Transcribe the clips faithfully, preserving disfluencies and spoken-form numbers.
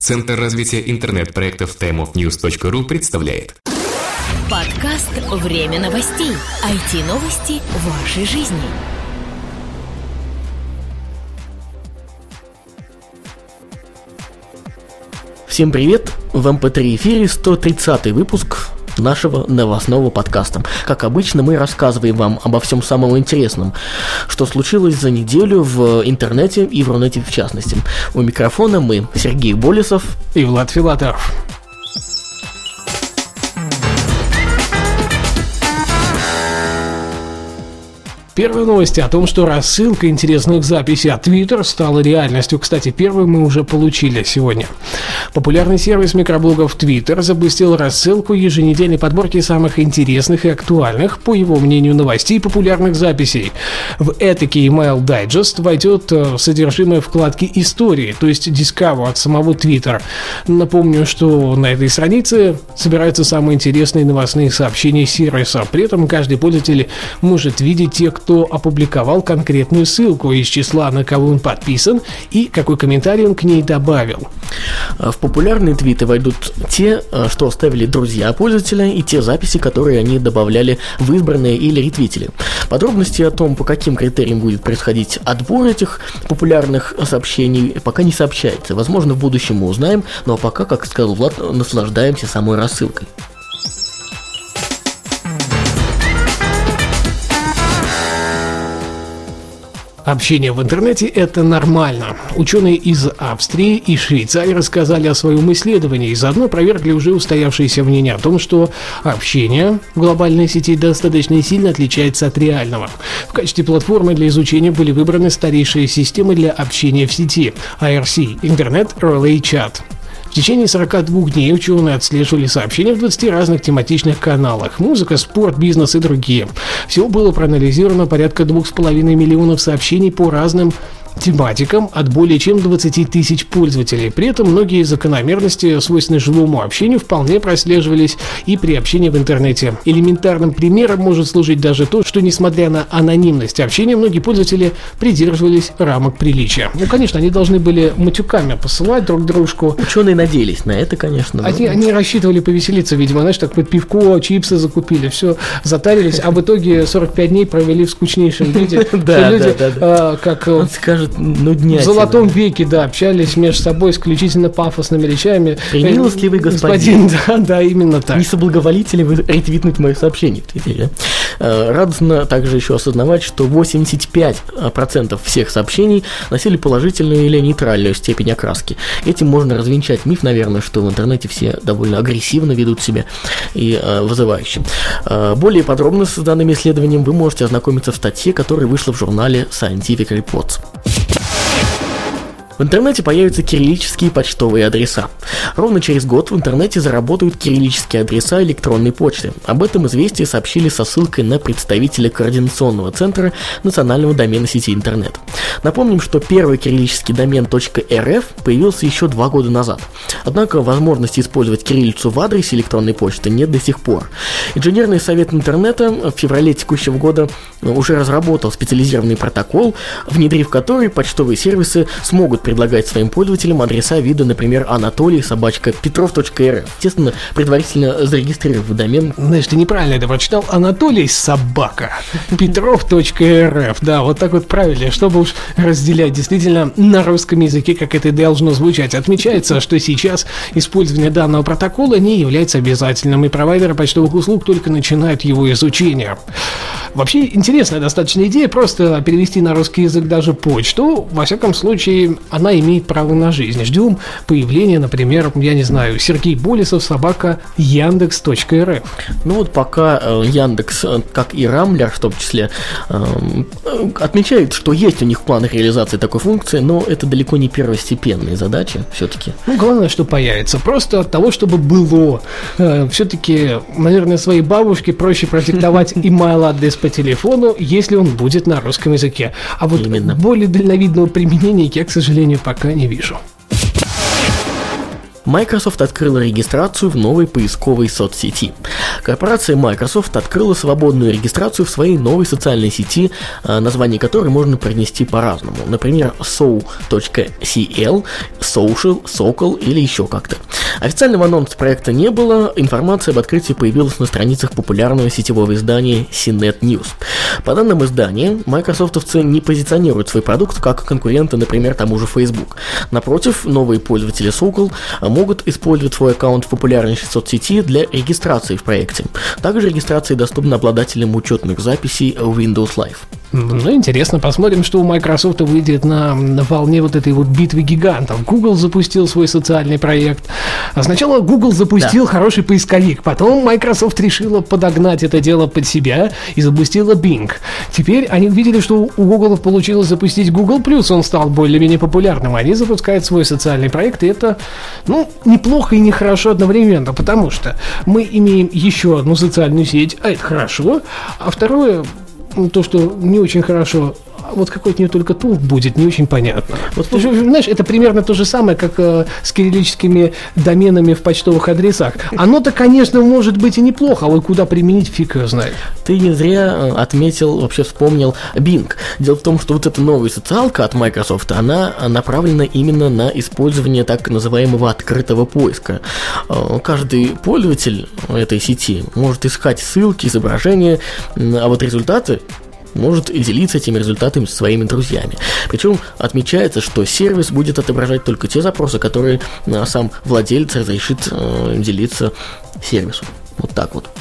Центр развития интернет-проектов таймофньюз точка ру представляет подкаст «Время новостей». ай ти-новости вашей жизни. Всем привет! В эм пэ три эфире сто тридцатый выпуск нашего новостного подкаста. Как обычно, мы рассказываем вам обо всем самом интересном, что случилось за неделю в интернете и в Рунете в частности. У микрофона мы, Сергей Болесов и Влад Филатов. Первые новости о том, что рассылка интересных записей от Twitter стала реальностью. Кстати, первую мы уже получили сегодня. Популярный сервис микроблогов Twitter запустил рассылку еженедельной подборки самых интересных и актуальных, по его мнению, новостей и популярных записей. В этакий Email Digest войдет содержимое вкладки «Истории», то есть Discover от самого Twitter. Напомню, что на этой странице собираются самые интересные новостные сообщения сервиса. При этом каждый пользователь может видеть тех, кто опубликовал конкретную ссылку из числа, на кого он подписан и какой комментарий он к ней добавил. В популярные твиты войдут те, что оставили друзья пользователя, и те записи, которые они добавляли в избранные или ретвитили. Подробности о том, по каким критериям будет происходить отбор этих популярных сообщений, пока не сообщается. Возможно, в будущем мы узнаем, но пока, как сказал Влад, наслаждаемся самой рассылкой. Общение в интернете – это нормально. Ученые из Австрии и Швейцарии рассказали о своем исследовании и заодно опровергли уже устоявшееся мнение о том, что общение в глобальной сети достаточно сильно отличается от реального. В качестве платформы для изучения были выбраны старейшие системы для общения в сети – ай ар си – Internet Relay Chat. В течение сорока двух дней ученые отслеживали сообщения в двадцати разных тематичных каналах – музыка, спорт, бизнес и другие. Всего было проанализировано порядка двух с половиной миллионов сообщений по разным тематикам от более чем двадцати тысяч пользователей. При этом многие закономерности, свойственные живому общению, вполне прослеживались и при общении в интернете. Элементарным примером может служить даже то, что, несмотря на анонимность общения, многие пользователи придерживались рамок приличия. Ну, конечно, они должны были матюками посылать друг дружку. Ученые надеялись на это, конечно. Они, но... они рассчитывали повеселиться, видимо, знаешь, так вот пивко, чипсы закупили, все, затарились, а в итоге сорок пять дней провели в скучнейшем виде. Да, да, да. Как... Нуднятина. В золотом веке, да, общались между собой исключительно пафосными речами. Милостливый господин. Да, да, именно так. Не соблаговолите ли вы ретвитнуть мое сообщение в Твиттере? Радостно также еще осознавать, что восемьдесят пять процентов всех сообщений носили положительную или нейтральную степень окраски. Этим можно развенчать миф, наверное, что в интернете все довольно агрессивно ведут себя и э, вызывающе. Э, более подробно с данным исследованием вы можете ознакомиться в статье, которая вышла в журнале Scientific Reports. В интернете появятся кириллические почтовые адреса. Ровно через год в интернете заработают кириллические адреса электронной почты. Об этом «Известия» сообщили со ссылкой на представителя Координационного центра национального домена сети интернет. Напомним, что первый кириллический домен .рф появился еще два года назад. Однако возможности использовать кириллицу в адресе электронной почты нет до сих пор. Инженерный совет интернета в феврале текущего года уже разработал специализированный протокол, внедрив который почтовые сервисы смогут предлагать своим пользователям адреса вида, например, Анатолий собачка Петров точка эр эф. Естественно, предварительно зарегистрировав домен. Знаешь, ты неправильно это прочитал. Анатолий собака Петров точка эр эф. Да, вот так вот правильно, чтобы уж разделять действительно на русском языке, как это должно звучать. Отмечается, что сейчас использование данного протокола не является обязательным, и провайдеры почтовых услуг только начинают его изучение. Вообще интересная достаточно идея, просто перевести на русский язык даже почту. Во всяком случае, она имеет право на жизнь. Ждем появления, например, я не знаю, Сергей Болесов собака Яндекс точка эр эф. Ну вот пока э, Яндекс, э, как и Рамблер в том числе, э, отмечают, что есть у них в планах реализации такой функции, но это далеко не первостепенные задачи все-таки. Ну, главное, что появится. Просто от того, чтобы было. Э, все-таки, наверное, своей бабушке проще продиктовать email-адрес по телефону, если он будет на русском языке. А вот Именно. более дальновидного применения я, к сожалению, пока не вижу. Microsoft открыла регистрацию в новой поисковой соцсети. Корпорация Microsoft открыла свободную регистрацию в своей новой социальной сети, название которой можно произнести по-разному. Например, соу точка си эл, Social, Sokol или еще как-то. Официального анонса проекта не было, информация об открытии появилась на страницах популярного сетевого издания си нет News. По данным издания, майкрософтовцы не позиционируют свой продукт как конкуренты, например, тому же Facebook. Напротив, новые пользователи Sokol могут использовать свой аккаунт в популярнейшей соцсети для регистрации в проекте. Также регистрация доступна обладателям учетных записей Windows Live. Ну, интересно, посмотрим, что у Microsoft выйдет на, на волне вот этой вот битвы гигантов. Google запустил свой социальный проект. А сначала Google запустил да. хороший поисковик, потом Microsoft решила подогнать это дело под себя и запустила Bing. Теперь они увидели, что у Google получилось запустить Google+, он стал более-менее популярным. Они запускают свой социальный проект, и это, ну, неплохо и нехорошо одновременно, потому что мы имеем еще одну социальную сеть, а это хорошо, а второе... то, что не очень хорошо, вот какой от нее только толк будет, не очень понятно. Вот, знаешь, это примерно то же самое, как э, с кириллическими доменами в почтовых адресах. Оно-то, конечно, может быть и неплохо, а вот куда применить, фиг его знает. Ты не зря отметил, вообще вспомнил Bing. Дело в том, что вот эта новая социалка от Microsoft, она направлена именно на использование так называемого открытого поиска. Каждый пользователь этой сети может искать ссылки, изображения, а вот результаты может делиться этими результатами со своими друзьями. Причем отмечается, что сервис будет отображать только те запросы, которые сам владелец разрешит э, делиться сервису. Вот так вот.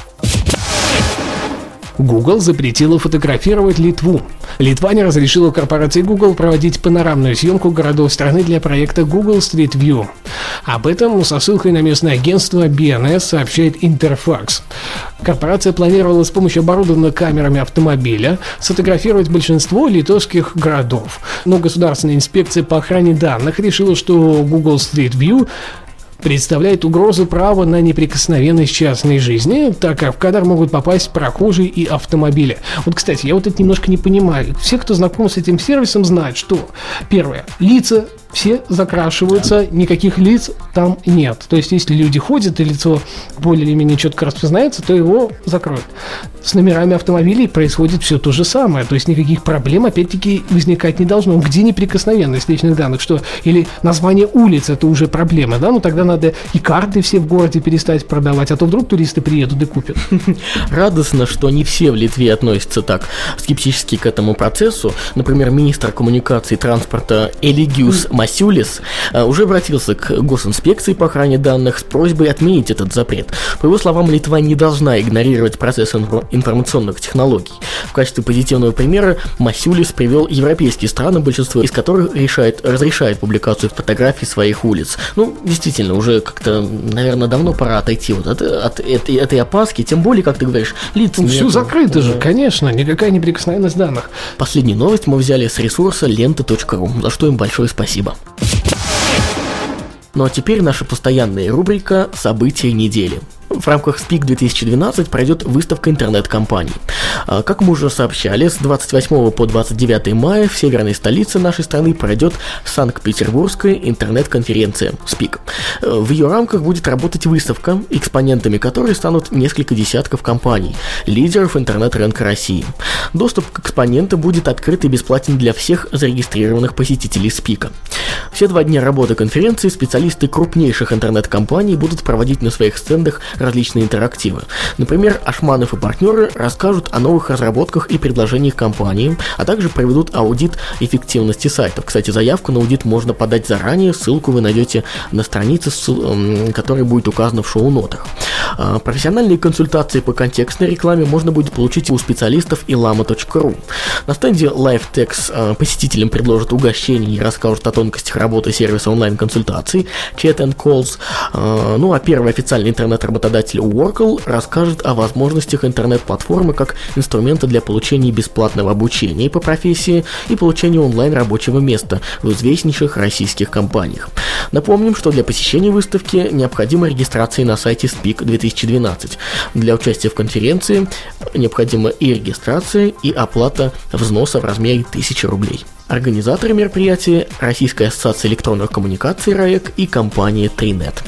Google запретила фотографировать Литву. Литва не разрешила корпорации Google проводить панорамную съемку городов страны для проекта Google Street View. Об этом со ссылкой на местное агентство би эн эс сообщает Интерфакс. Корпорация планировала с помощью оборудованного камерами автомобиля сфотографировать большинство литовских городов. Но Государственная инспекция по охране данных решила, что Google Street View представляет угрозу права на неприкосновенность частной жизни, так как в кадр могут попасть прохожие и автомобили. Вот, кстати, я вот это немножко не понимаю. Все, кто знаком с этим сервисом, знают, что, первое, лица все закрашиваются, никаких лиц там нет. То есть, если люди ходят и лицо более или менее четко распознается, то его закроют. С номерами автомобилей происходит все то же самое. То есть, никаких проблем, опять-таки, возникать не должно. Где неприкосновенность личных данных? Что? Или название улиц — это уже проблема, да? Ну, тогда надо и карты все в городе перестать продавать, а то вдруг туристы приедут и купят. Радостно, что не все в Литве относятся так скептически к этому процессу. Например, министр коммуникации и транспорта Элигиус Масюлис уже обратился к госинспекции по охране данных с просьбой отменить этот запрет. По его словам, Литва не должна игнорировать процесс информационных технологий. В качестве позитивного примера Масюлис привел европейские страны, большинство из которых решает, разрешает публикацию фотографий своих улиц. Ну, действительно, уже как-то, наверное, давно пора отойти вот от, от этой, этой опаски, тем более, как ты говоришь, лиц нет. Все закрыто же, конечно, никакая неприкосновенность данных. Последнюю новость мы взяли с ресурса лента точка ру, за что им большое спасибо. Ну а теперь наша постоянная рубрика «События недели». В рамках спик две тысячи двенадцать пройдет выставка интернет-компаний. Как мы уже сообщали, с двадцать восьмого по двадцать девятое мая в северной столице нашей страны пройдет Санкт-Петербургская интернет-конференция спик. В ее рамках будет работать выставка, экспонентами которой станут несколько десятков компаний, лидеров интернет-рынка России. Доступ к экспонентам будет открыт и бесплатен для всех зарегистрированных посетителей спика. Все два дня работы конференции специалисты крупнейших интернет-компаний будут проводить на своих стендах различные интерактивы. Например, Ашманов и партнеры расскажут о новых разработках и предложениях компании, а также проведут аудит эффективности сайтов. Кстати, заявку на аудит можно подать заранее, ссылку вы найдете на странице, которая будет указана в шоу-нотах. Профессиональные консультации по контекстной рекламе можно будет получить у специалистов илама точка ру. На стенде LiveTex посетителям предложат угощение и расскажут о тонкостях работы сервиса онлайн-консультаций Chat and Calls. Ну а первый официальный интернет-работодатель Oracle расскажет о возможностях интернет-платформы как инструмента для получения бесплатного обучения по профессии и получения онлайн-рабочего места в известнейших российских компаниях. Напомним, что для посещения выставки необходима регистрация на сайте спик две тысячи двенадцать. Для участия в конференции необходима и регистрация, и оплата взноса в размере тысячи рублей. Организаторы мероприятия – Российская ассоциация электронных коммуникаций РАЭК и компания три нет.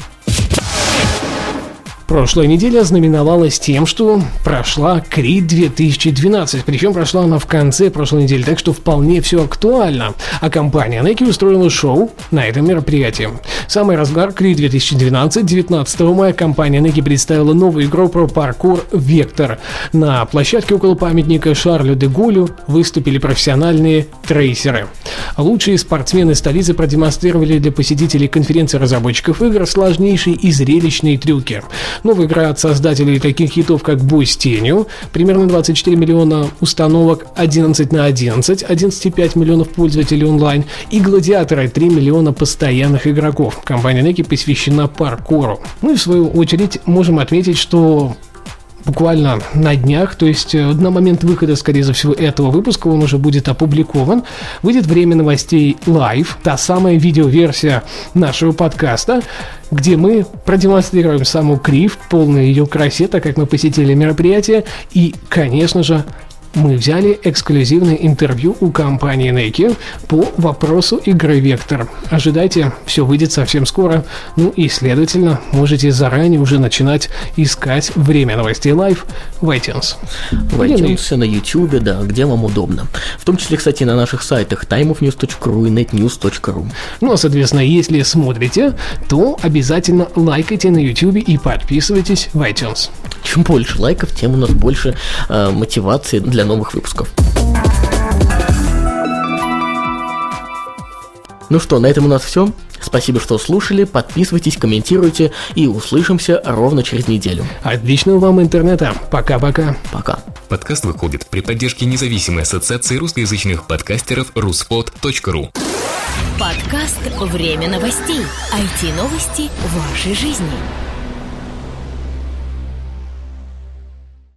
Прошлая неделя знаменовалась тем, что прошла Крит две тысячи двенадцать, причем прошла она в конце прошлой недели, так что вполне все актуально. А компания Nike устроила шоу на этом мероприятии. Самый разгар Крит две тысячи двенадцать, девятнадцатого мая компания Nike представила новую игру про паркур Vector. На площадке около памятника Шарлю де Голлю выступили профессиональные трейсеры. Лучшие спортсмены столицы продемонстрировали для посетителей конференции разработчиков игр сложнейшие и зрелищные трюки. Новая игра от создателей таких хитов, как «Бой с тенью», примерно двадцать четыре миллиона установок, одиннадцать на одиннадцать, одиннадцать целых пять миллионов пользователей онлайн, и «Гладиаторы», три миллиона постоянных игроков. Компания Nike посвящена паркуру. Ну и в свою очередь можем отметить, что буквально на днях, то есть на момент выхода, скорее всего, этого выпуска, он уже будет опубликован, выйдет «Время новостей Live», та самая видеоверсия нашего подкаста, где мы продемонстрируем саму Крит в полной ее красе, так как мы посетили мероприятие, и, конечно же, мы взяли эксклюзивное интервью у компании Nike по вопросу игры Vector. Ожидайте, все выйдет совсем скоро. Ну и, следовательно, можете заранее уже начинать искать «Время новостей Live» в iTunes. В iTunes, на YouTube, да, где вам удобно. В том числе, кстати, на наших сайтах тайм оф ньюс точка ру и нет ньюс точка ру. Ну, а, соответственно, если смотрите, то обязательно лайкайте на YouTube и подписывайтесь в iTunes. Чем больше лайков, тем у нас больше э, мотивации для новых выпусков. Ну что, на этом у нас все. Спасибо, что слушали. Подписывайтесь, комментируйте и услышимся ровно через неделю. Отличного вам интернета. Пока-пока. Пока. Подкаст выходит при поддержке независимой ассоциации русскоязычных подкастеров руспод точка ру. Подкаст «Время новостей». ай ти-новости вашей жизни.